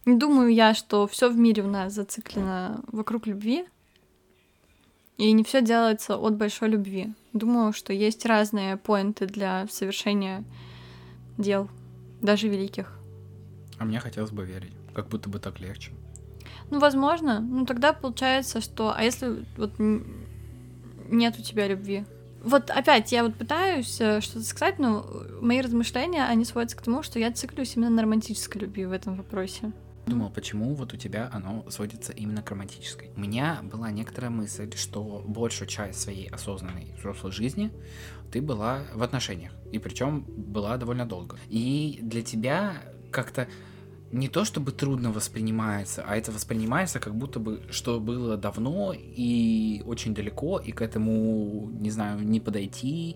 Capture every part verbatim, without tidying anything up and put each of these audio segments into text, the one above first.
Не думаю я, что все в мире у нас зациклено вокруг любви, и не все делается от большой любви. Думаю, что есть разные поинты для совершения дел, даже великих. А мне хотелось бы верить, как будто бы так легче. Ну, возможно. Ну, тогда получается, что... А если вот нет у тебя любви? Вот опять я вот пытаюсь что-то сказать, но мои размышления, они сводятся к тому, что я циклюсь именно на романтической любви в этом вопросе. Думал, почему вот у тебя оно сводится именно к романтической. У меня была некоторая мысль, что большую часть своей осознанной взрослой жизни ты была в отношениях, и причем была довольно долго. И для тебя как-то не то чтобы трудно воспринимается, а это воспринимается как будто бы, что было давно и очень далеко, и к этому, не знаю, не подойти,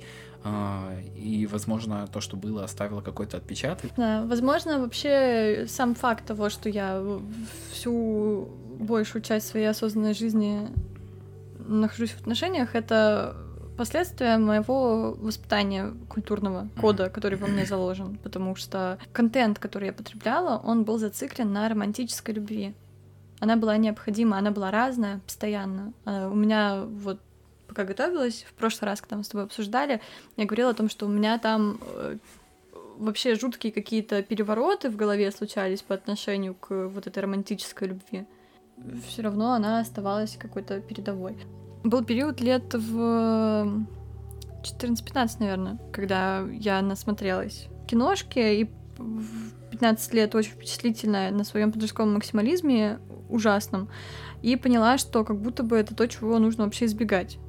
и, возможно, то, что было, оставило какой-то отпечаток. Да, возможно, вообще сам факт того, что я всю большую часть своей осознанной жизни нахожусь в отношениях, это последствия моего воспитания культурного кода, который во мне заложен, потому что контент, который я потребляла, он был зациклен на романтической любви. Она была необходима, она была разная постоянно. У меня вот пока готовилась, в прошлый раз, когда мы с тобой обсуждали, я говорила о том, что у меня там вообще жуткие какие-то перевороты в голове случались по отношению к вот этой романтической любви. Все равно она оставалась какой-то передовой. Был период лет в четырнадцать-пятнадцать, наверное, когда я насмотрелась киношки, и в пятнадцать лет очень впечатлительная на своем подростковом максимализме ужасном, и поняла, что как будто бы это то, чего нужно вообще избегать.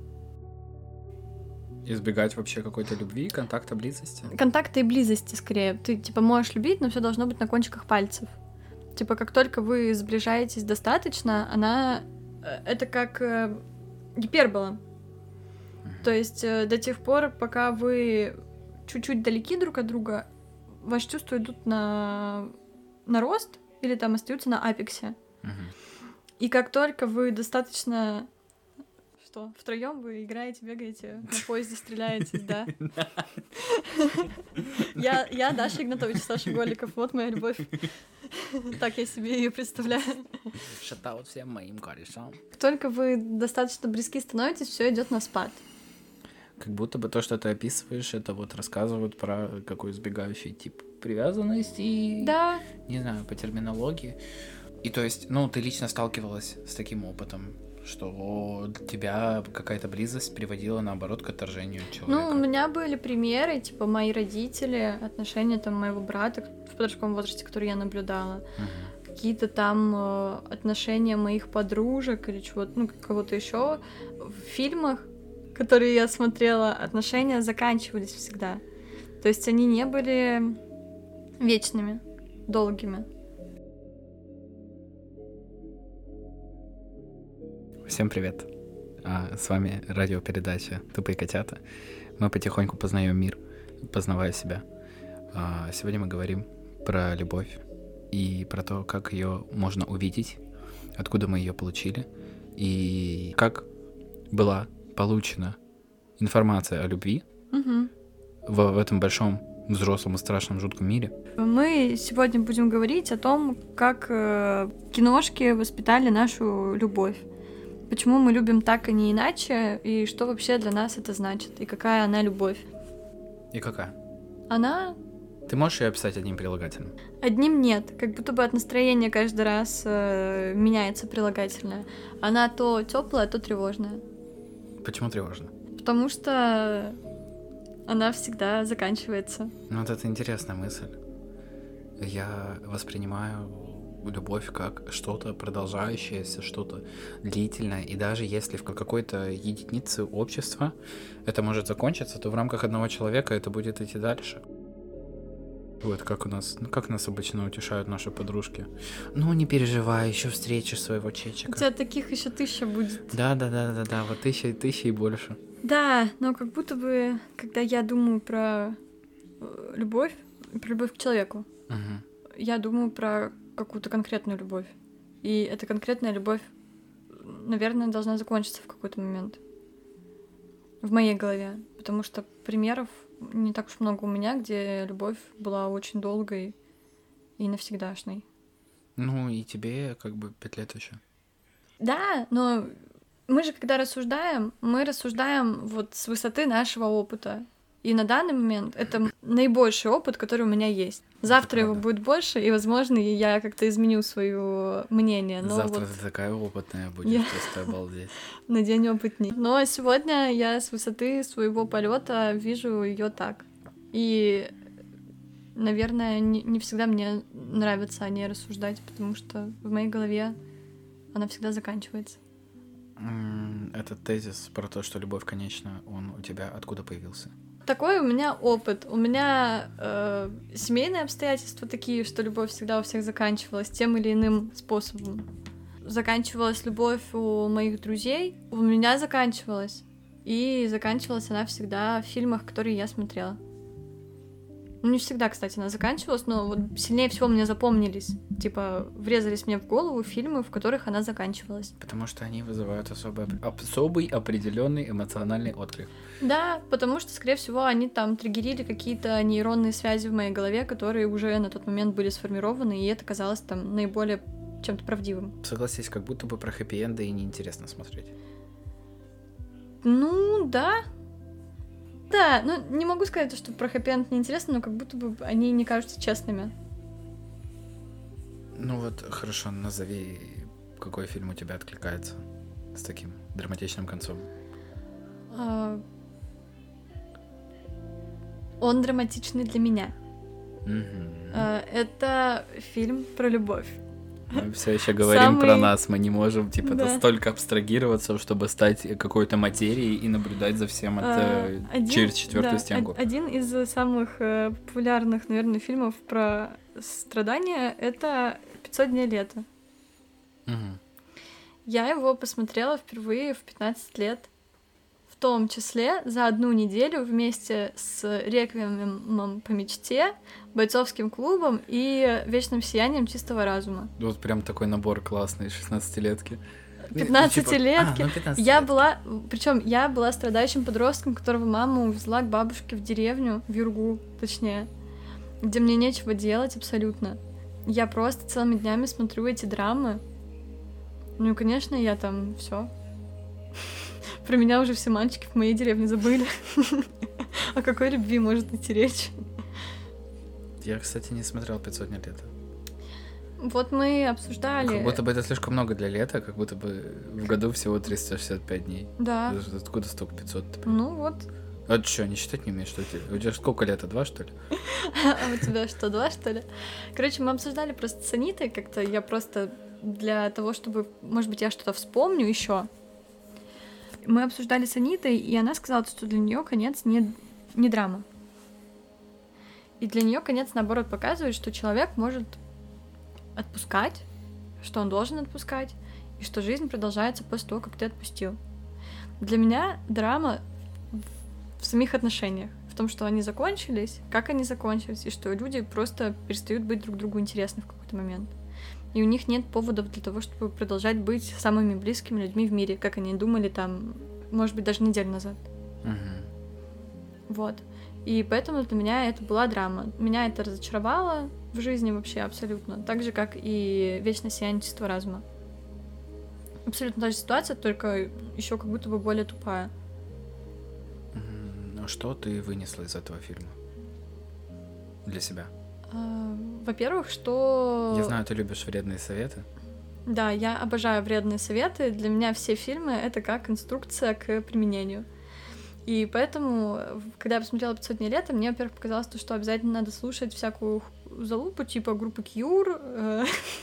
Избегать вообще какой-то любви, контакта, близости? Контакта и близости, скорее. Ты, типа, можешь любить, но все должно быть на кончиках пальцев. Типа, как только вы сближаетесь достаточно, она... Это как гипербола. Mm-hmm. То есть до тех пор, пока вы чуть-чуть далеки друг от друга, ваши чувства идут на, на рост или там остаются на апексе. Mm-hmm. И как только вы достаточно... Что, втроем вы играете, бегаете, на поезде стреляетесь, да? Я, я Даша Игнатович, Саша Голиков, вот моя любовь. Так я себе ее представляю. Шатаут всем моим корешам. Как только вы достаточно близки становитесь, все идет на спад. Как будто бы то, что ты описываешь, это вот рассказывают про какой избегающий тип привязанности. Да. Не знаю, по терминологии. И то есть, ну, ты лично сталкивалась с таким опытом, что тебя какая-то близость приводила, наоборот, к отторжению человека? Ну, у меня были примеры, типа, мои родители, отношения там моего брата в подростковом возрасте, которые я наблюдала, uh-huh. какие-то там э, отношения моих подружек или чего-то, ну, кого-то еще. В фильмах, которые я смотрела, отношения заканчивались всегда. То есть они не были вечными, долгими. Всем привет! А, с вами радиопередача «Тупые котята». Мы потихоньку познаем мир, познавая себя. А, сегодня мы говорим про любовь и про то, как ее можно увидеть, откуда мы ее получили и как была получена информация о любви угу. в, в этом большом, взрослом и страшном, жутком мире. Мы сегодня будем говорить о том, как э, киношки воспитали нашу любовь. Почему мы любим так, а не иначе, и что вообще для нас это значит, и какая она любовь. И какая? Она... Ты можешь ее описать одним прилагательным? Одним нет, как будто бы от настроения каждый раз э, меняется прилагательное. Она то теплая, то тревожная. Почему тревожно? Потому что она всегда заканчивается. Ну вот это интересная мысль. Я воспринимаю любовь как что-то продолжающееся, что-то длительное, и даже если в какой-то единице общества это может закончиться, то в рамках одного человека это будет идти дальше. Вот как у нас, ну как нас обычно утешают наши подружки. Ну не переживай, еще встретишь своего чечика. У тебя таких еще тысяча будет. Да, да, да, да, да, вот тысяча, тысяча и больше. Да, но как будто бы, когда я думаю про любовь, про любовь к человеку, угу. я думаю про какую-то конкретную любовь. И эта конкретная любовь, наверное, должна закончиться в какой-то момент. В моей голове. Потому что примеров не так уж много у меня, где любовь была очень долгой и навсегдашней. Ну, и тебе как бы пять лет еще. Да, но мы же, когда рассуждаем, мы рассуждаем вот с высоты нашего опыта. И на данный момент это наибольший опыт, который у меня есть. Завтра его будет больше, и, возможно, я как-то изменю свое мнение. Но Завтра вот ты такая опытная будешь, я... просто обалдеть. На день опытней. Но сегодня я с высоты своего полета вижу ее так. И, наверное, не, не всегда мне нравится о ней рассуждать, потому что в моей голове она всегда заканчивается. Этот тезис про то, что любовь конечна, он у тебя откуда появился? Такой у меня опыт. У меня э, семейные обстоятельства такие, что любовь всегда у всех заканчивалась тем или иным способом. Заканчивалась любовь у моих друзей, у меня заканчивалась. И заканчивалась она всегда в фильмах, которые я смотрела. Ну, не всегда, кстати, она заканчивалась, но вот сильнее всего мне запомнились. Типа, врезались мне в голову фильмы, в которых она заканчивалась. Потому что они вызывают особый, особый определенный эмоциональный отклик. Да, потому что, скорее всего, они там триггерили какие-то нейронные связи в моей голове, которые уже на тот момент были сформированы, и это казалось там наиболее чем-то правдивым. Согласись, как будто бы про хэппи-энды и неинтересно смотреть. Ну, да. Да, ну не могу сказать, что про хэппи-энд неинтересно, но как будто бы они не кажутся честными. Ну вот, хорошо, назови, какой фильм у тебя откликается с таким драматичным концом. А... Он драматичный для меня. Mm-hmm. А, это фильм про любовь. Мы все еще говорим Самый... про нас, мы не можем, типа, да. настолько абстрагироваться, чтобы стать какой-то материей и наблюдать за всем это а, один, через четвертую да, стенку. Один из самых э, популярных, наверное, фильмов про страдания — это «пятьсот дней лета». Угу. Я его посмотрела впервые в пятнадцать лет, в том числе за одну неделю вместе с «Реквиемом по мечте», «Бойцовским клубом» и «Вечным сиянием чистого разума». Вот прям такой набор классный, шестнадцатилетки. пятнадцатилетки. Типа... А, ну, пятнадцатилетки. Я была, причем я была страдающим подростком, которого мама увезла к бабушке в деревню, в Юргу, точнее, где мне нечего делать абсолютно. Я просто целыми днями смотрю эти драмы. Ну и, конечно, я там все. Про меня уже все мальчики в моей деревне забыли. О какой любви может идти речь? Я, кстати, не смотрел «пятьсот дней лета». Вот мы обсуждали... Как будто бы это слишком много для лета, как будто бы в году всего триста шестьдесят пять дней. Да. Откуда столько пятьсот? Ну вот. А ты что, не считать не умеешь, что ли? У тебя сколько лета? Два, что ли? А у тебя что, два, что ли? Короче, мы обсуждали просто с Анитой как-то. Я просто для того, чтобы, может быть, я что-то вспомню еще. Мы обсуждали с Анитой, и она сказала, что для нее конец не, не драма. И для нее конец, наоборот, показывает, что человек может отпускать, что он должен отпускать, и что жизнь продолжается после того, как ты отпустил. Для меня драма в самих отношениях, в том, что они закончились, как они закончились, и что люди просто перестают быть друг другу интересны в какой-то момент. И у них нет поводов для того, чтобы продолжать быть самыми близкими людьми в мире, как они думали там, может быть, даже неделю назад. Uh-huh. Вот. И поэтому для меня это была драма. Меня это разочаровало в жизни вообще абсолютно. Так же, как и «Вечное сияние чистого разума». Абсолютно та же ситуация, только еще как будто бы более тупая. Ну, что ты вынесла из этого фильма для себя? Во-первых, что... Я знаю, ты любишь вредные советы. Да, я обожаю вредные советы. Для меня все фильмы — это как инструкция к применению. И поэтому, когда я посмотрела «пятьсот дней лета», мне, во-первых, показалось, что обязательно надо слушать всякую залупу, типа группы Cure,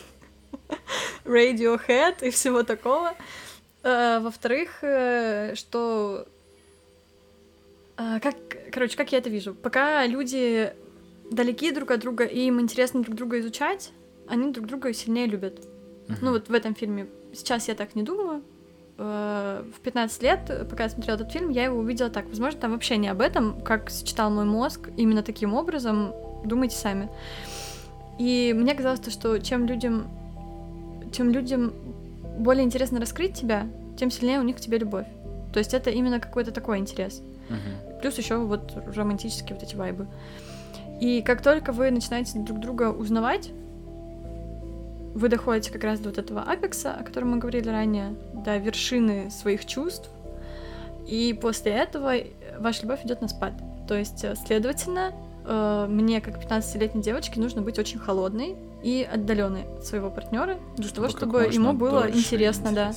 Radiohead и всего такого. Во-вторых, что... Как... Короче, как я это вижу? Пока люди далеки друг от друга, и им интересно друг друга изучать, они друг друга сильнее любят. Uh-huh. Ну вот в этом фильме. Сейчас я так не думаю. В пятнадцать лет, пока я смотрела этот фильм, я его увидела так. Возможно, там вообще не об этом, как сочетал мой мозг именно таким образом. Думайте сами. И мне казалось, что чем людям, чем людям более интересно раскрыть тебя, тем сильнее у них к тебе любовь. То есть это именно какой-то такой интерес. Uh-huh. Плюс еще вот романтические вот эти вайбы. И как только вы начинаете друг друга узнавать, вы доходите как раз до вот этого апекса, о котором мы говорили ранее, до вершины своих чувств, и после этого ваша любовь идет на спад. То есть, следовательно, мне, как пятнадцатилетней девочке, нужно быть очень холодной и отдаленной от своего партнера для чтобы того, чтобы ему было интересно, да.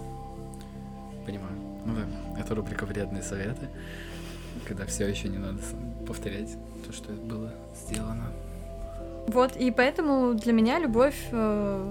Понимаю. Ну да, это рубрика «Вредные советы», когда все еще не надо повторять то, что было сделано. Вот, и поэтому для меня любовь э,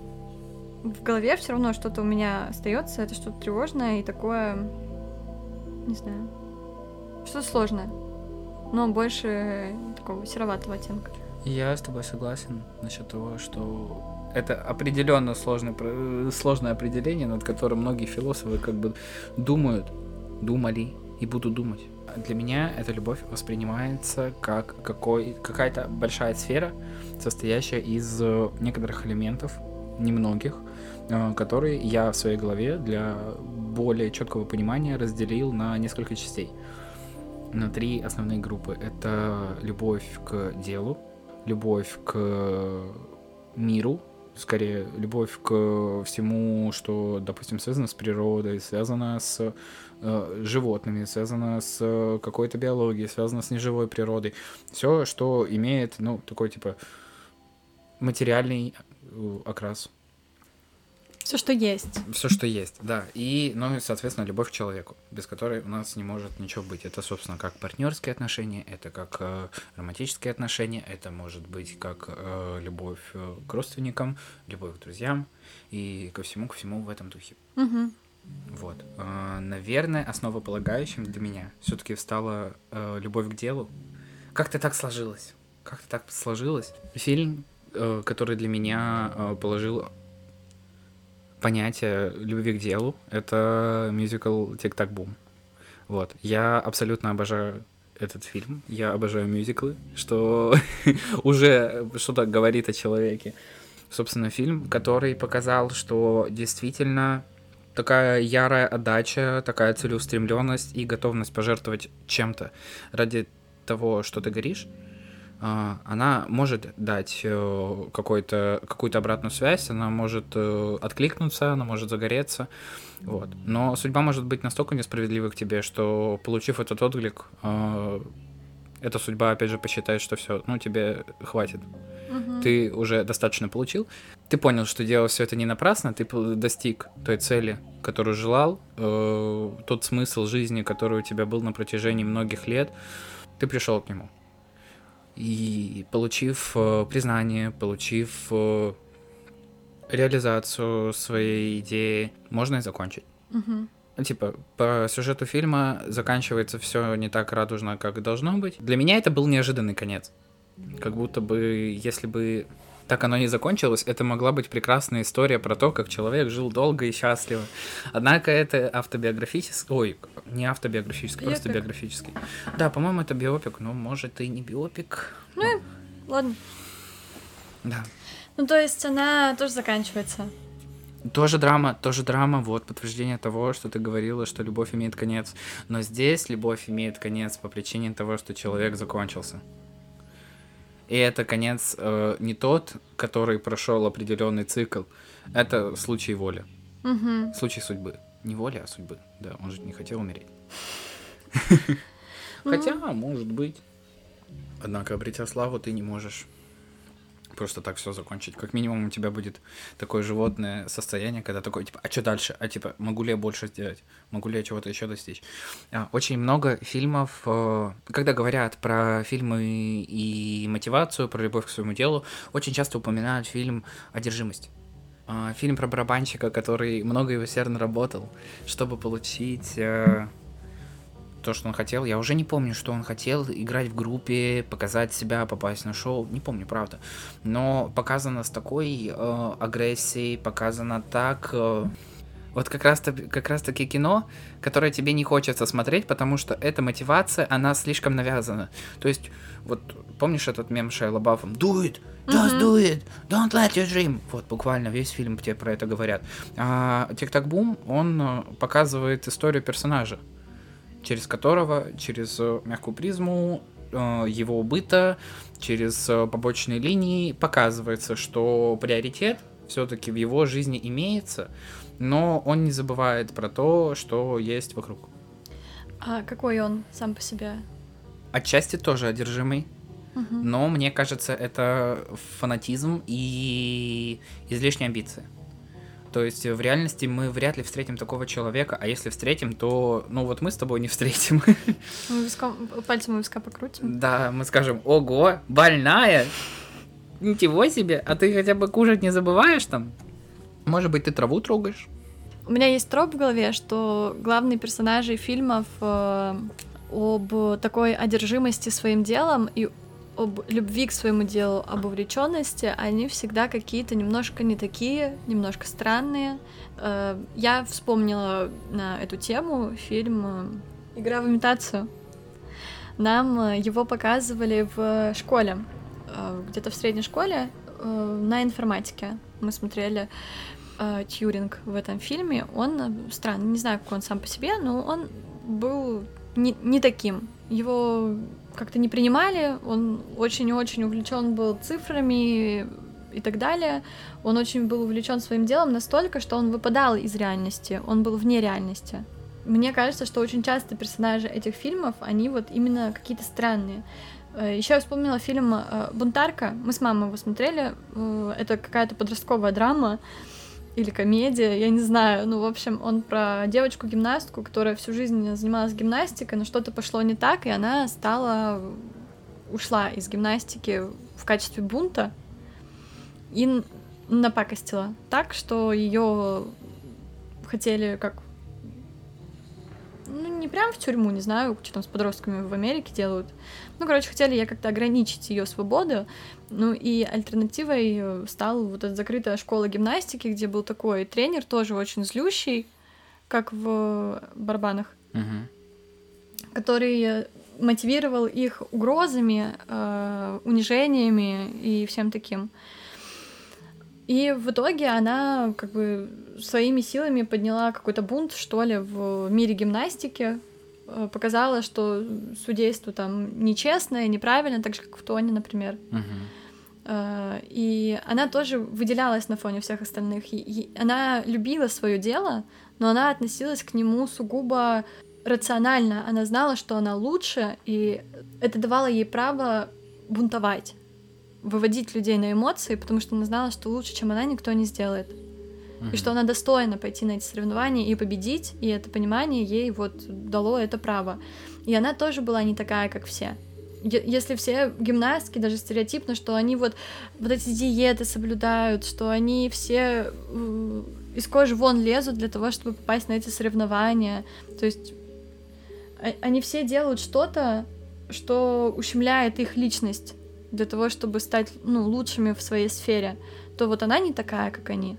в голове все равно что-то у меня остается, это что-то тревожное и такое, не знаю, что-то сложное, но больше такого сероватого оттенка. Я с тобой согласен насчет того, что это определенно сложное, сложное определение, над которым многие философы как бы думают, думали и будут думать. Для меня эта любовь воспринимается как какой, какая-то большая сфера, состоящая из некоторых элементов, немногих, которые я в своей голове для более четкого понимания разделил на несколько частей. На три основные группы. Это любовь к делу, любовь к миру, скорее, любовь к всему, что, допустим, связано с природой, связано с э, животными, связано с какой-то биологией, связано с неживой природой. Все, что имеет, ну, такой, типа, материальный э, окрас. Все, что есть. Все, что есть, да. И, ну, и, соответственно, любовь к человеку, без которой у нас не может ничего быть. Это, собственно, как партнерские отношения, это как э, романтические отношения, это может быть как э, любовь э, к родственникам, любовь к друзьям и ко всему, ко всему в этом духе. Угу. Вот. Э, наверное, основополагающим для меня все-таки стала э, любовь к делу. Как-то так сложилось. Как-то так сложилось. Фильм, э, который для меня э, положил понятие любви к делу, это мюзикл «Тик-так-бум». Вот. Я абсолютно обожаю этот фильм. Я обожаю мюзиклы, что уже что-то говорит о человеке. Собственно, фильм, который показал, что действительно такая ярая отдача, такая целеустремленность и готовность пожертвовать чем-то ради того, что ты горишь, она может дать какой-то, какую-то обратную связь, она может откликнуться, она может загореться, вот. Но судьба может быть настолько несправедлива к тебе, что, получив этот отклик, эта судьба, опять же, посчитает, что все, ну, тебе хватит. Угу. Ты уже достаточно получил. Ты понял, что делал все это не напрасно, ты достиг той цели, которую желал, тот смысл жизни, который у тебя был на протяжении многих лет, ты пришел к нему. И получив э, признание, получив э, реализацию своей идеи, можно и закончить. Угу. Ну, типа, по сюжету фильма заканчивается все не так радужно, как должно быть. Для меня это был неожиданный конец. Как будто бы, если бы так оно не закончилось, это могла быть прекрасная история про то, как человек жил долго и счастливо. Однако это автобиографический... Ой, не автобиографический, просто биопик. биографический. Да, по-моему, это биопик, но может и не биопик. Ну, ладно. Да. Ну, то есть она тоже заканчивается. Тоже драма, тоже драма, вот, подтверждение того, что ты говорила, что любовь имеет конец. Но здесь любовь имеет конец по причине того, что человек закончился. И это конец э, не тот, который прошел определенный цикл. Это случай воли. Угу. Случай судьбы. Не воли, а судьбы. Да, он же не хотел умереть. Хотя, может быть. Однако, обретя славу, ты не можешь просто так все закончить. Как минимум у тебя будет такое животное состояние, когда такое, типа, а что дальше? А типа, могу ли я больше сделать? Могу ли я чего-то еще достичь? А, очень много фильмов, э, когда говорят про фильмы и мотивацию, про любовь к своему делу, очень часто упоминают фильм «Одержимость». Э, фильм про барабанщика, который много и усердно работал, чтобы получить... Э, то, что он хотел. Я уже не помню, что он хотел. Играть в группе, показать себя, попасть на шоу. Не помню, правда. Но показано с такой э, агрессией, показано так... Э, вот как раз, как раз таки кино, которое тебе не хочется смотреть, потому что эта мотивация, она слишком навязана. То есть, вот помнишь этот мем Шайа Лабафом? Do it! Just do it! Don't let you dream! Вот, буквально весь фильм тебе про это говорят. А «Тик-так-бум», он показывает историю персонажа, через которого, через мягкую призму его быта, через побочные линии показывается, что приоритет все-таки в его жизни имеется, но он не забывает про то, что есть вокруг. А какой он сам по себе? Отчасти тоже одержимый, Угу. но мне кажется, это фанатизм и излишние амбиции. То есть в реальности мы вряд ли встретим такого человека, а если встретим, то, ну вот мы с тобой не встретим. Мы виском, пальцем у виска покрутим. Да, мы скажем: ого, больная, ничего себе, а ты хотя бы кушать не забываешь там? Может быть, ты траву трогаешь? У меня есть троп в голове, что главные персонажи фильмов э, об такой одержимости своим делом и об любви к своему делу, об увлеченности, они всегда какие-то немножко не такие, немножко странные. Э, я вспомнила на эту тему фильм «Игра в имитацию». Нам его показывали в школе, э, где-то в средней школе, э, на информатике. Мы смотрели э, Тьюринг в этом фильме. Он странный, не знаю, как он сам по себе, но он был не, не таким. Его как-то не принимали, он очень-очень увлечен был цифрами и так далее. Он очень был увлечен своим делом настолько, что он выпадал из реальности, он был вне реальности. Мне кажется, что очень часто персонажи этих фильмов, они вот именно какие-то странные. Еще я вспомнила фильм «Бунтарка». Мы с мамой его смотрели. Это какая-то подростковая драма или комедия, я не знаю. Ну, в общем, он про девочку-гимнастку, которая всю жизнь занималась гимнастикой, но что-то пошло не так, и она стала... ушла из гимнастики в качестве бунта и напакостила так, что ее хотели как... Ну, не прям в тюрьму, не знаю, что там с подростками в Америке делают. Ну, короче, хотели я как-то ограничить ее свободу. Ну, и альтернативой стала вот эта закрытая школа гимнастики, где был такой тренер, тоже очень злющий, как в «Барбанах», Угу. который мотивировал их угрозами, э, унижениями и всем таким. И в итоге она как бы своими силами подняла какой-то бунт, что ли, в мире гимнастики, показала, что судейство там нечестное, неправильно, так же, как в Тоне, например. Uh-huh. И она тоже выделялась на фоне всех остальных. И она любила свое дело, но она относилась к нему сугубо рационально. Она знала, что она лучше, и это давало ей право бунтовать, выводить людей на эмоции, потому что она знала, что лучше, чем она, никто не сделает. Uh-huh. И что она достойна пойти на эти соревнования и победить, и это понимание ей вот дало это право. И она тоже была не такая, как все. Если все гимнастки, даже стереотипно, что они вот, вот эти диеты соблюдают, что они все из кожи вон лезут для того, чтобы попасть на эти соревнования. То есть они все делают что-то, что ущемляет их личность для того, чтобы стать, ну, лучшими в своей сфере, то вот она не такая, как они.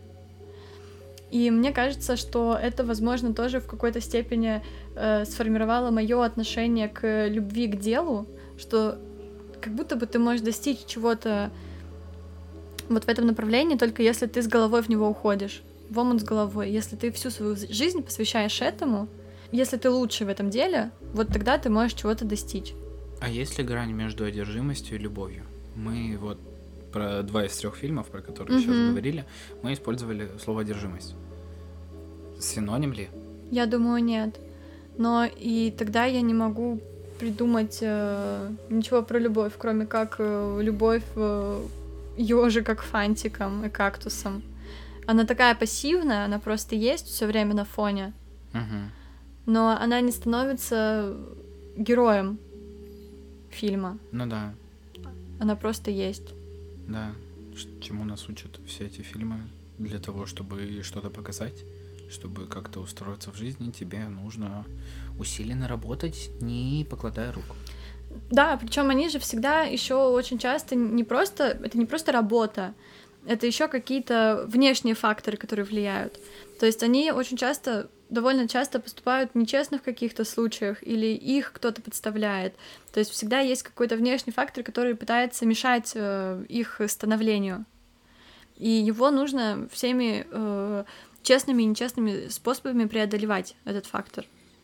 И мне кажется, что это, возможно, тоже в какой-то степени э, сформировало мое отношение к любви к делу, что как будто бы ты можешь достичь чего-то вот в этом направлении, только если ты с головой в него уходишь, в омут с головой. Если ты всю свою жизнь посвящаешь этому, если ты лучший в этом деле, вот тогда ты можешь чего-то достичь. А есть ли грань между одержимостью и любовью? Мы вот про два из трех фильмов, про которые mm-hmm. сейчас говорили, мы использовали слово одержимость. Синоним ли? Я думаю, нет. Но и тогда я не могу придумать э, ничего про любовь, кроме как э, любовь э, ёжика к фантикам и кактусам. Она такая пассивная, она просто есть все время на фоне, mm-hmm. но она не становится героем фильма. Ну да. Она просто есть. Да. Чему нас учат все эти фильмы? Для того, чтобы что-то показать, чтобы как-то устроиться в жизни, тебе нужно усиленно работать, не покладая рук. Да, причем они же всегда еще очень часто не просто, это не просто работа, это еще какие-то внешние факторы, которые влияют. То есть они очень часто, довольно часто поступают нечестно в каких-то случаях, или их кто-то подставляет. То есть всегда есть какой-то внешний фактор, который пытается мешать э, их становлению. И его нужно всеми э, честными и нечестными способами преодолевать, этот фактор.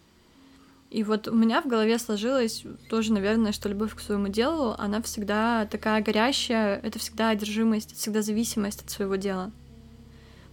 И вот у меня в голове сложилось тоже, наверное, что любовь к своему делу, она всегда такая горящая, это всегда одержимость, это всегда зависимость от своего дела.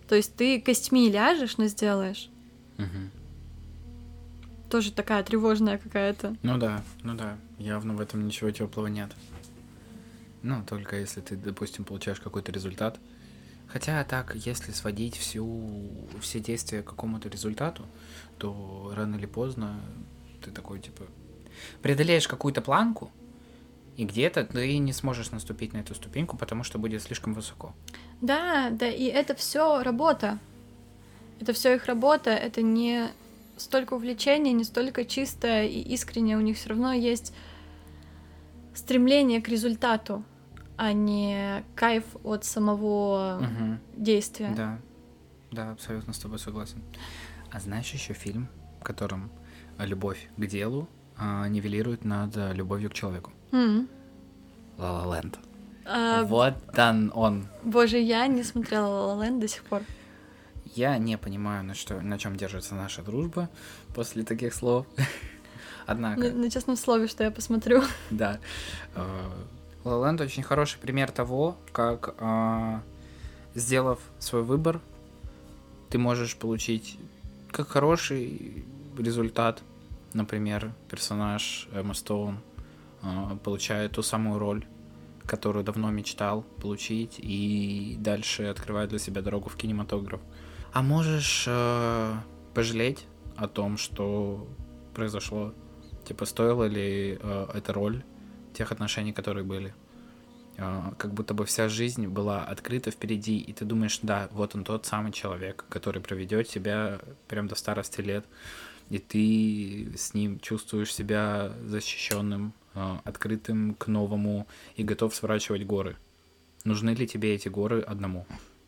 То есть ты костьми ляжешь, но сделаешь. Угу. Тоже такая тревожная какая-то. Ну да, ну да, явно в этом ничего теплого нет. Ну, только если ты, допустим, получаешь какой-то результат. Хотя так, если сводить всю, все действия к какому-то результату, то рано или поздно ты такой, типа, преодолеешь какую-то планку, и где-то ты не сможешь наступить на эту ступеньку, потому что будет слишком высоко. Да, да, и это все работа. Это все их работа, это не столько увлечения, не столько чистое и искреннее. У них все равно есть стремление к результату, а не кайф от самого угу. действия. Да, да, абсолютно с тобой согласен. А знаешь еще фильм, в котором любовь к делу а, нивелирует над любовью к человеку? Mm. La La Land. А, вот он, он. Боже, я не смотрела La La Land до сих пор. Я не понимаю, на, что, на чем держится наша дружба после таких слов. Однако... На, на честном слове, что я посмотрю. Да. La La Land очень хороший пример того, как, э, сделав свой выбор, ты можешь получить как хороший результат. Например, персонаж Эмма Стоун э, получает ту самую роль, которую давно мечтал получить, и дальше открывает для себя дорогу в кинематограф. А можешь э, пожалеть о том, что произошло. Типа, стоила ли э, эта роль тех отношений, которые были. Э, как будто бы вся жизнь была открыта впереди, и ты думаешь, да, вот он тот самый человек, который проведет тебя прям до старости лет, и ты с ним чувствуешь себя защищенным, э, открытым к новому и готов сворачивать горы. Нужны ли тебе эти горы одному?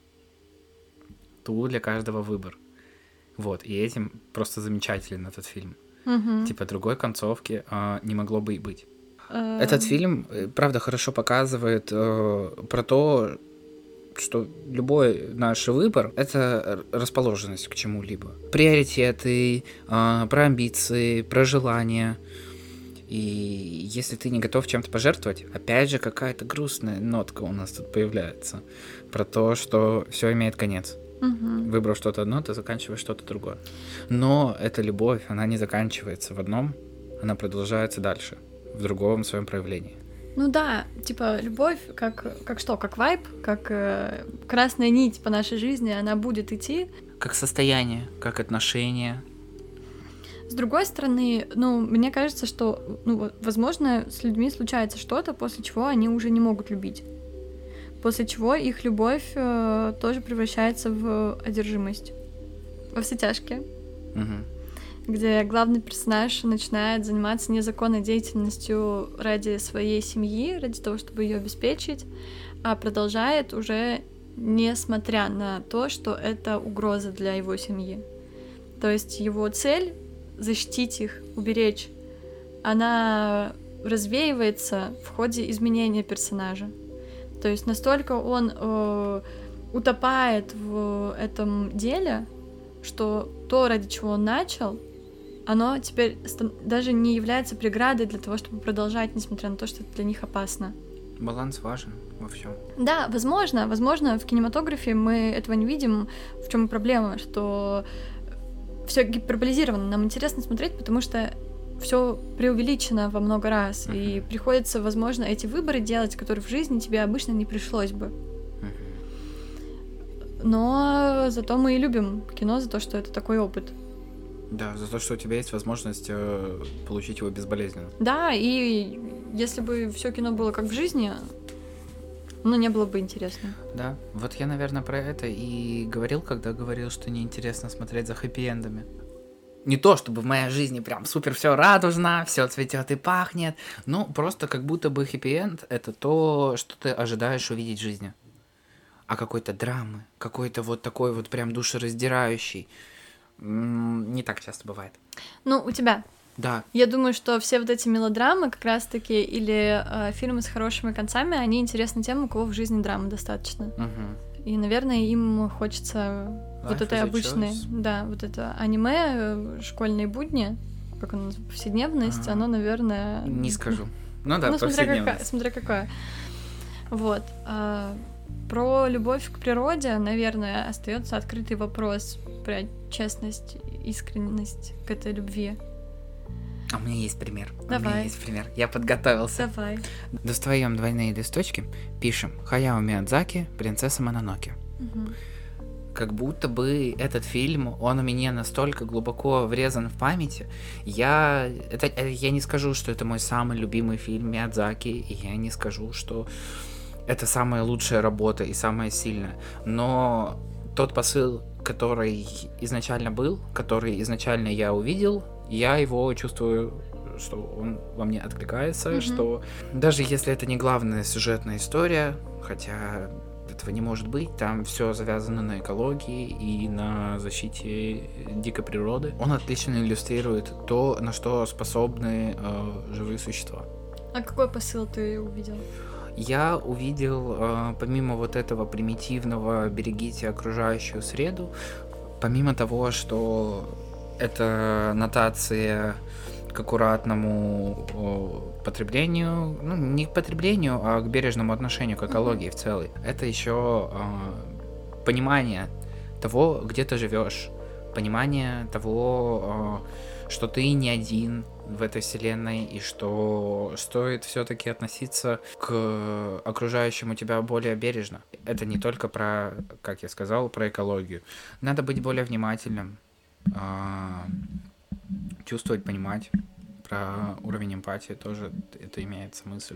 Тут для каждого выбор. Вот, и этим просто замечателен этот фильм. Угу. Типа другой концовки э, не могло бы и быть. Uh... Этот фильм, правда, хорошо показывает э, про то, что любой наш выбор — это расположенность к чему-либо. Приоритеты, э, про амбиции, про желания. И если ты не готов чем-то пожертвовать, опять же, какая-то грустная нотка у нас тут появляется про то, что все имеет конец. Угу. Выбрав что-то одно, ты заканчиваешь что-то другое. Но эта любовь, она не заканчивается в одном, она продолжается дальше, в другом своем проявлении. Ну да, типа любовь, как, как что, как вайб, как э, красная нить по нашей жизни, она будет идти. Как состояние, как отношения. С другой стороны, ну, мне кажется, что, ну, возможно, с людьми случается что-то, после чего они уже не могут любить. После чего их любовь э, тоже превращается в одержимость. Во все тяжкие. Угу. Где главный персонаж начинает заниматься незаконной деятельностью ради своей семьи, ради того, чтобы ее обеспечить, а продолжает уже несмотря на то, что это угроза для его семьи. То есть его цель — защитить их, уберечь, она развеивается в ходе изменения персонажа. То есть настолько он э, утопает в этом деле, что то, ради чего он начал, оно теперь даже не является преградой для того, чтобы продолжать, несмотря на то, что это для них опасно. Баланс важен во всем. Да, возможно, возможно, в кинематографе мы этого не видим. В чем проблема, что все гиперболизировано. Нам интересно смотреть, потому что все преувеличено во много раз, uh-huh. и приходится, возможно, эти выборы делать, которые в жизни тебе обычно не пришлось бы. Uh-huh. Но зато мы и любим кино за то, что это такой опыт. Да, за то, что у тебя есть возможность э, получить его безболезненно. Да, и если бы все кино было как в жизни, ну, не было бы интересно. Да, вот я, наверное, про это и говорил, когда говорил, что неинтересно смотреть за хэппи-эндами. Не то, чтобы в моей жизни прям супер все радужно, все цветет и пахнет, но просто как будто бы хэппи-энд — это то, что ты ожидаешь увидеть в жизни. А какой-то драмы, какой-то вот такой вот прям душераздирающий, не так часто бывает. Ну, у тебя. Да. Я думаю, что все вот эти мелодрамы как раз-таки или э, фильмы с хорошими концами, они интересны тем, у кого в жизни драмы достаточно. Угу. И, наверное, им хочется Life вот этой обычной, да, вот это аниме, школьные будни, как оно называется, повседневность, а. оно, наверное... Не скажу. Ну да, ну, повседневность. Смотря какая, смотря какое. Вот. Про любовь к природе, наверное, остается открытый вопрос про честность, искренность к этой любви. А у меня есть пример. Давай. У меня есть пример. Я подготовился. Давай. Достаем двойные листочки, пишем Хаяо Миядзаки, принцесса Мононоке. Угу. Как будто бы этот фильм, он у меня настолько глубоко врезан в памяти. Я, это, я не скажу, что это мой самый любимый фильм Миядзаки, и я не скажу, что это самая лучшая работа и самая сильная. Но тот посыл, который изначально был, который изначально я увидел, я его чувствую, что он во мне откликается, mm-hmm. что даже если это не главная сюжетная история, хотя этого не может быть, там все завязано на экологии и на защите дикой природы. Он отлично иллюстрирует то, на что способны э, живые существа. А какой посыл ты увидел? Я увидел, э, помимо вот этого примитивного «берегите окружающую среду», помимо того, что это нотация к аккуратному о, потреблению, ну, не к потреблению, а к бережному отношению к экологии mm-hmm. в целом. Это еще э, понимание того, где ты живешь, понимание того, э, что ты не один в этой вселенной, и что стоит все-таки относиться к окружающему тебя более бережно. Это не только про, как я сказал, про экологию. Надо быть более внимательным, чувствовать, понимать. Про уровень эмпатии тоже это имеется мысль.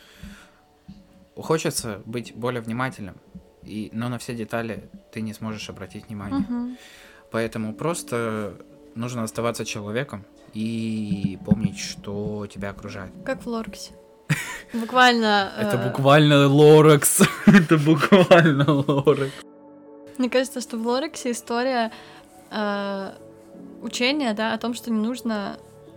Хочется быть более внимательным, и, но на все детали ты не сможешь обратить внимание. Uh-huh. Поэтому просто нужно оставаться человеком и помнить, что тебя окружает. Как в Лораксе. Буквально... Это буквально Лоракс. Это буквально Лоракс. Мне кажется, что в Лораксе история учения, да, о том, что не нужно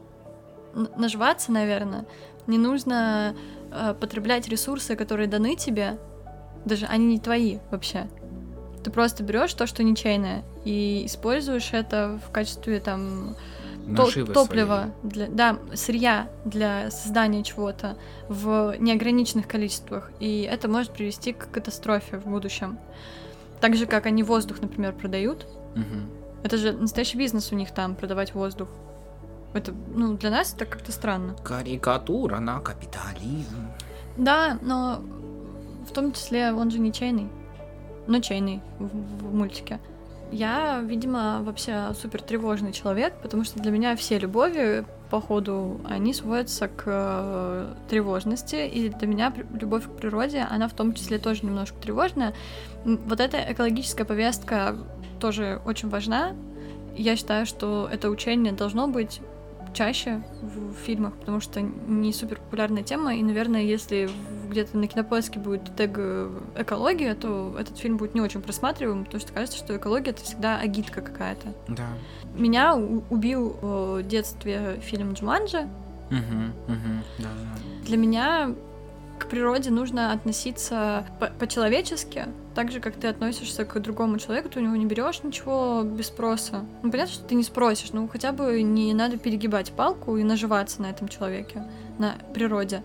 наживаться, наверное, не нужно потреблять ресурсы, которые даны тебе, даже они не твои вообще. Ты просто берешь то, что ничейное, и используешь это в качестве там то- топлива, для, да, сырья для создания чего-то в неограниченных количествах, и это может привести к катастрофе в будущем. Так же, как они воздух, например, продают. Угу. Это же настоящий бизнес у них там, продавать воздух. Это, ну, для нас это как-то странно. Карикатура на капитализм. Да, но в том числе он же не чайный. Но чайный в, в мультике. Я, видимо, вообще супер тревожный человек, потому что для меня все любови, походу, они сводятся к э, тревожности, и для меня любовь к природе, она в том числе тоже немножко тревожная. Вот эта экологическая повестка тоже очень важна. Я считаю, что это учение должно быть чаще в фильмах, потому что не супер популярная тема, и, наверное, если где-то на Кинопоиске будет тег экология, то этот фильм будет не очень просматриваем, потому что кажется, что экология — это всегда агитка какая-то. Да. Меня у- убил в детстве фильм «Джуманджи». Угу, угу, да, да. Для меня к природе нужно относиться по- по-человечески, так же, как ты относишься к другому человеку, ты у него не берешь ничего без спроса. Ну, понятно, что ты не спросишь, но хотя бы не надо перегибать палку и наживаться на этом человеке, на природе.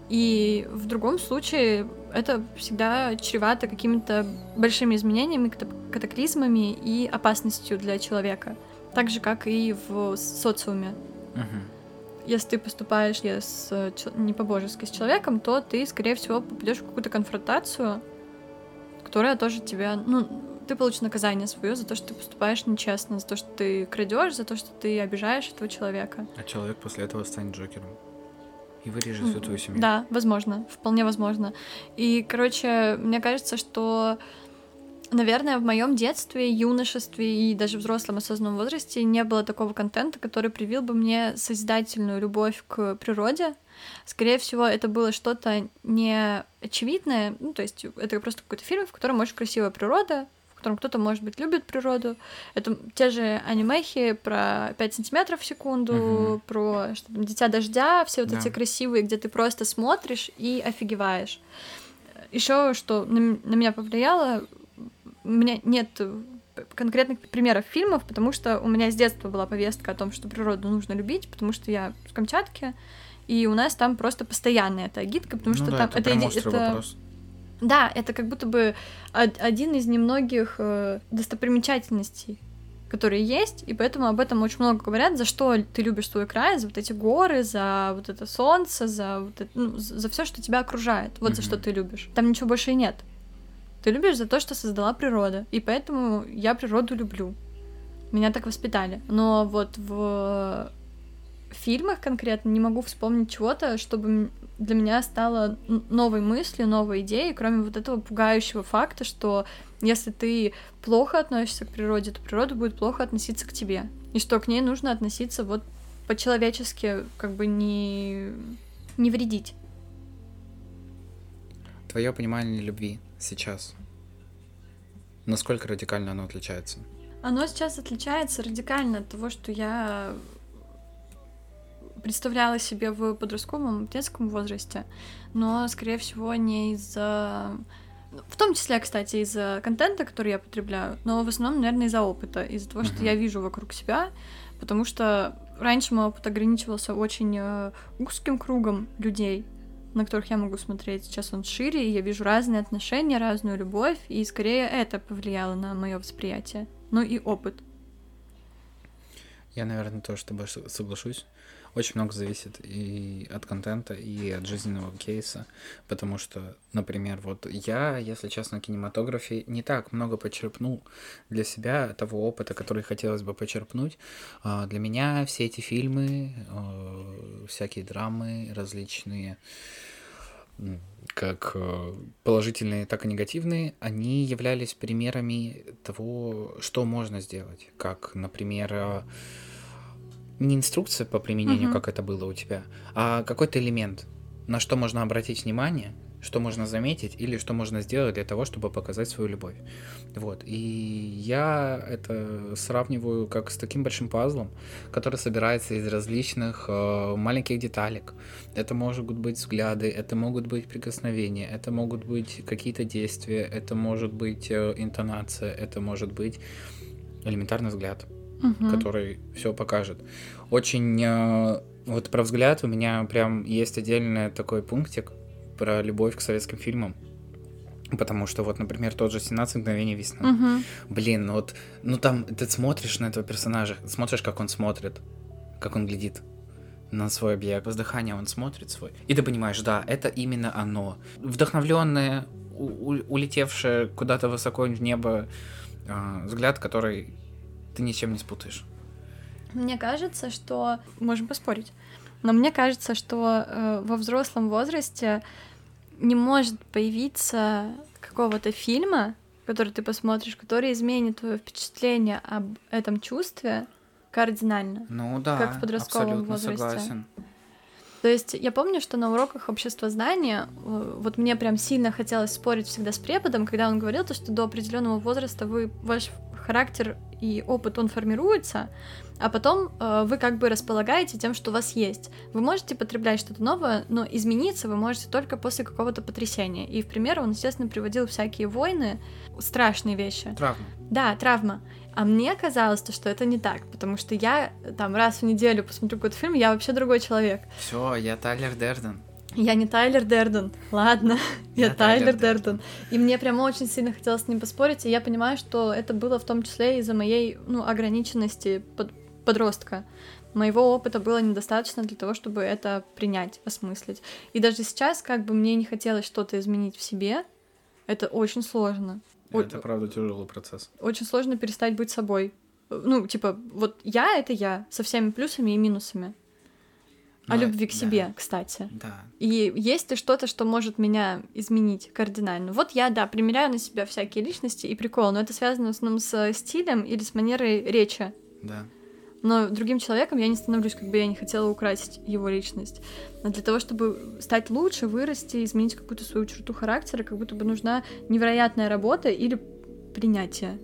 И в другом случае это всегда чревато какими-то большими изменениями, катаклизмами и опасностью для человека. Так же, как и в социуме. Угу. Если ты поступаешь с, не по-божески с человеком, то ты, скорее всего, попадешь в какую-то конфронтацию, которая тоже тебя... Ну, ты получишь наказание свое за то, что ты поступаешь нечестно, за то, что ты крадешь, за то, что ты обижаешь этого человека. А человек после этого станет Джокером. И вырежет всю твою семью. Да, возможно, вполне возможно. И, короче, мне кажется, что, наверное, в моем детстве, юношестве и даже взрослом осознанном возрасте не было такого контента, который привил бы мне созидательную любовь к природе. Скорее всего, это было что-то неочевидное, ну, то есть это просто какой-то фильм, в котором очень красивая природа, в котором кто-то, может быть, любит природу. Это те же анимехи про пять сантиметров в секунду, uh-huh. про что там, «Дитя дождя», все вот да. эти красивые, где ты просто смотришь и офигеваешь. Еще что на, на меня повлияло, у меня нет конкретных примеров фильмов, потому что у меня с детства была повестка о том, что природу нужно любить, потому что я с Камчатки, и у нас там просто постоянная эта агитка, потому ну что да, там это, это, прям иди... острый это... вопрос. Да, это как будто бы один из немногих э, достопримечательностей, которые есть, и поэтому об этом очень много говорят, за что ты любишь свой край, за вот эти горы, за вот это солнце, за вот это, ну, за все, что тебя окружает, вот mm-hmm. за что ты любишь. Там ничего больше и нет. Ты любишь за то, что создала природа, и поэтому я природу люблю. Меня так воспитали. Но вот в фильмах конкретно не могу вспомнить чего-то, чтобы для меня стало новой мыслью, новой идеей, кроме вот этого пугающего факта, что если ты плохо относишься к природе, то природа будет плохо относиться к тебе. И что к ней нужно относиться вот по-человечески, как бы не, не вредить. Твое понимание любви сейчас, насколько радикально оно отличается? Оно сейчас отличается радикально от того, что я представляла себе в подростковом, детском возрасте, но, скорее всего, не из-за... В том числе, кстати, из-за контента, который я потребляю, но в основном, наверное, из-за опыта, из-за того, uh-huh. что я вижу вокруг себя, потому что раньше мой опыт ограничивался очень э, узким кругом людей, на которых я могу смотреть. Сейчас он шире, и я вижу разные отношения, разную любовь, и скорее это повлияло на мое восприятие, ну и опыт. Я, наверное, тоже с тобой соглашусь. Очень много зависит и от контента, и от жизненного кейса, потому что, например, вот я, если честно, в кинематографе не так много почерпнул для себя того опыта, который хотелось бы почерпнуть. Для меня все эти фильмы, всякие драмы различные, как положительные, так и негативные, они являлись примерами того, что можно сделать, как, например, не инструкция по применению, uh-huh. как это было у тебя, а какой-то элемент, на что можно обратить внимание, что можно заметить или что можно сделать для того, чтобы показать свою любовь. Вот. И я это сравниваю как с таким большим пазлом, который собирается из различных э, маленьких деталек. Это могут быть взгляды, это могут быть прикосновения, это могут быть какие-то действия, это может быть э, интонация, это может быть элементарный взгляд, Uh-huh. который все покажет. Очень э, вот про взгляд у меня прям есть отдельный такой пунктик про любовь к советским фильмам. Потому что вот, например, тот же «семнадцать мгновений весны». Uh-huh. Блин, ну вот, ну там ты смотришь на этого персонажа, смотришь, как он смотрит, как он глядит на свой объект. Воздыхание он смотрит свой. И ты понимаешь, да, это именно оно. Вдохновленное, у- улетевшее куда-то высоко в небо э, взгляд, который ты ничем не спутаешь. Мне кажется, что... Можем поспорить. Но мне кажется, что э, во взрослом возрасте не может появиться какого-то фильма, который ты посмотришь, который изменит твое впечатление об этом чувстве кардинально. Ну да, как в подростковом абсолютно возрасте. Согласен. То есть я помню, что на уроках обществознания вот мне прям сильно хотелось спорить всегда с преподом, когда он говорил, то, что до определенного возраста вы, ваш характер и опыт, он формируется, а потом э, вы как бы располагаете тем, что у вас есть. Вы можете потреблять что-то новое, но измениться вы можете только после какого-то потрясения. И в пример он, естественно, приводил всякие войны, страшные вещи. Травма. Да, травма. А мне казалось, что это не так, потому что я там раз в неделю посмотрю какой-то фильм, я вообще другой человек. Все, я Тайлер Дерден. Я не Тайлер Дерден, ладно, я, я Тайлер Дерден. И мне прям очень сильно хотелось с ним поспорить, и я понимаю, что это было в том числе из-за моей, ну, ограниченности под, подростка. Моего опыта было недостаточно для того, чтобы это принять, осмыслить. И даже сейчас, как бы мне не хотелось что-то изменить в себе, это очень сложно. Это, правда, тяжелый процесс. Очень сложно перестать быть собой. Ну, типа, вот я — это я, со всеми плюсами и минусами. О Но, любви к да, себе, кстати. Да. И есть ли что-то, что может меня изменить кардинально? Вот я, да, примеряю на себя всякие личности и прикол, но это связано в основном с стилем или с манерой речи. Да. Но другим человеком я не становлюсь, как бы я не хотела украсить его личность. Но для того, чтобы стать лучше, вырасти, изменить какую-то свою черту характера, как будто бы нужна невероятная работа или принятие.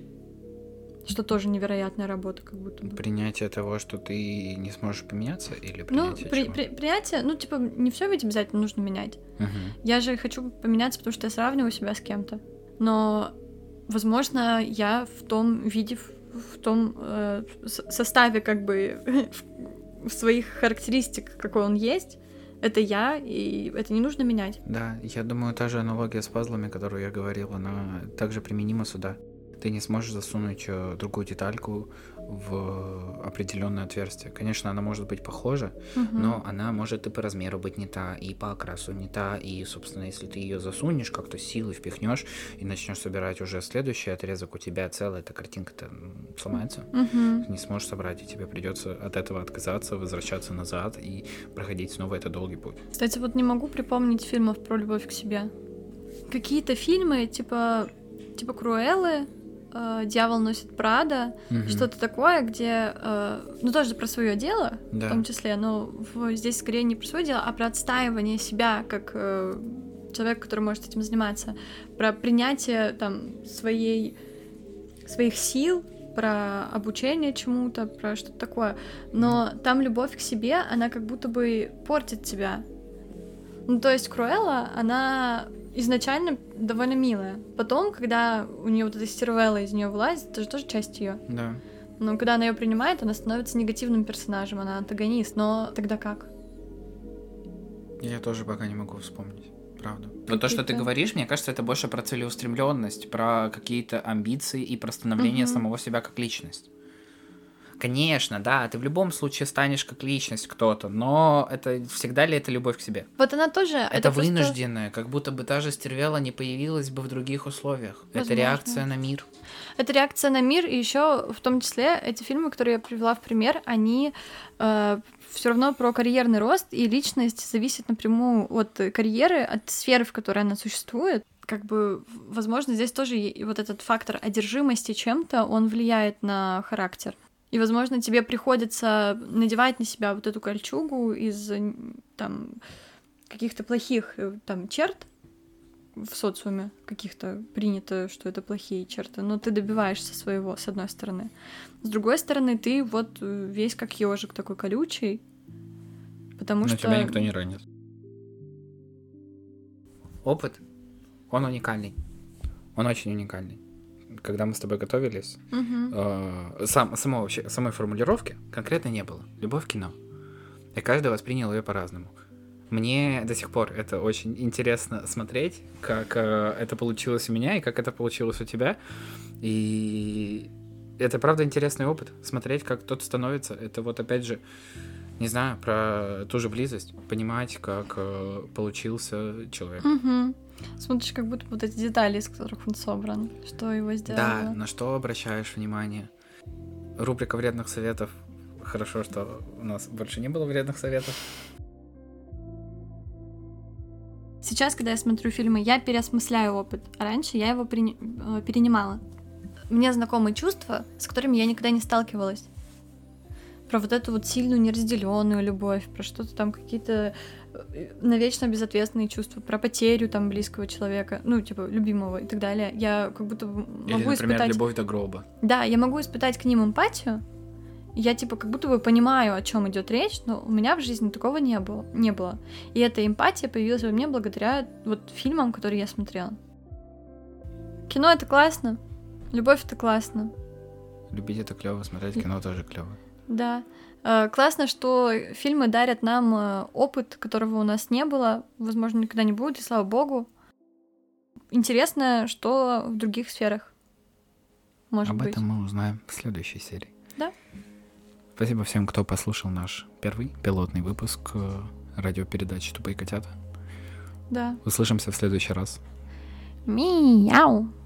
Что тоже невероятная работа, как будто бы. Принятие того, что ты не сможешь поменяться, или Ну, принятие при, чего? При, принятие, ну, типа, не все ведь обязательно нужно менять. Угу. Я же хочу поменяться, потому что я сравниваю себя с кем-то. Но, возможно, я в том виде, в том э, составе, как бы, в своих характеристик, какой он есть, это я, и это не нужно менять. Да, я думаю, та же аналогия с пазлами, которую я говорил, она также применима сюда. Ты не сможешь засунуть э, другую детальку в определенное отверстие. Конечно, она может быть похожа, Мгм. но она может и по размеру быть не та, и по окрасу не та. И, собственно, если ты ее засунешь, как-то силой впихнешь и начнешь собирать уже следующий отрезок, у тебя целая эта картинка-то м, сломается. Мгм. Ты не сможешь собрать, и тебе придется от этого отказаться, возвращаться назад и проходить снова этот долгий путь. Кстати, вот не могу припомнить фильмов про любовь к себе. Какие-то фильмы, типа, типа Круэллы, э, «Дьявол носит Прада», Мгм. что-то такое, где, э, ну, тоже про свое дело, Да. в том числе, но в- здесь скорее не про свое дело, а про отстаивание себя как э, человека, который может этим заниматься, про принятие там своей, своих сил, про обучение чему-то, про что-то такое. Но там любовь к себе, она как будто бы портит тебя. Ну, то есть Круэлла, она изначально довольно милая. Потом, когда у нее вот эта стервелла из нее вылазит, это же тоже часть ее. Да. Но когда она ее принимает, она становится негативным персонажем, она антагонист. Но тогда как? Я тоже пока не могу вспомнить, правда. Но то, что ты Какие-то- говоришь, мне кажется, это больше про целеустремленность, про какие-то амбиции и про становление Мгм. самого себя как личность. Конечно, да, ты в любом случае станешь как личность кто-то, но это всегда ли это любовь к себе? Вот она тоже... Это, просто- вынужденное, как будто бы та же стервела не появилась бы в других условиях. Это Возможно. реакция на мир. Это реакция на мир, и еще в том числе эти фильмы, которые я привела в пример, они все равно про карьерный рост, и личность зависит напрямую от карьеры, от сферы, в которой она существует. Как бы, возможно, здесь тоже и вот этот фактор одержимости чем-то, он влияет на характер. И, возможно, тебе приходится надевать на себя вот эту кольчугу из м, там каких-то плохих э, там черт в социуме, каких-то принято, что это плохие черты, но ты добиваешься своего, с одной стороны. С другой стороны, ты вот э, весь как ежик такой колючий, потому Но что... тебя никто не ранит. Опыт, он уникальный. Он очень уникальный. Когда мы с тобой готовились, Мгм. э, сам, само вообще, самой формулировки конкретно не было. Любовь к кино. И каждый воспринял ее по-разному. Мне до сих пор это очень интересно смотреть, как э, это получилось у меня и как это получилось у тебя. И это правда интересный опыт. Смотреть, как кто-то становится. Это вот опять же, не знаю, про ту же близость. Понимать, как э, получился человек. Мгм. Смотришь, как будто вот эти детали, из которых он собран, что его Да, сделало. на что обращаешь внимание. Рубрика вредных советов. Хорошо, что у нас больше не было вредных советов. Сейчас, когда я смотрю фильмы, я переосмысляю опыт, а раньше я его приня- э, перенимала. Мне знакомы чувства, с которыми я никогда не сталкивалась. Про вот эту вот сильную неразделенную любовь, про что-то там какие-то э, навечно безответственные чувства, про потерю там близкого человека, ну, типа, любимого и так далее. Я как будто бы могу Или, например, испытать... любовь до гроба. Да, я могу испытать к ним эмпатию. Я типа как будто бы понимаю, о чем идет речь, но у меня в жизни такого не было, не было. И эта эмпатия появилась во мне благодаря вот фильмам, которые я смотрела. Кино это классно, любовь это классно, Любить это клево, смотреть кино тоже клево. да. Э, Классно, что фильмы дарят нам э, опыт, которого у нас не было, возможно, никогда не будет, и слава богу. Интересно, что в других сферах может Об быть. этом мы узнаем в следующей серии. Да. Спасибо всем, кто послушал наш первый пилотный выпуск э, радиопередачи «Тупые котята». Да. Услышимся в следующий раз. Мяу.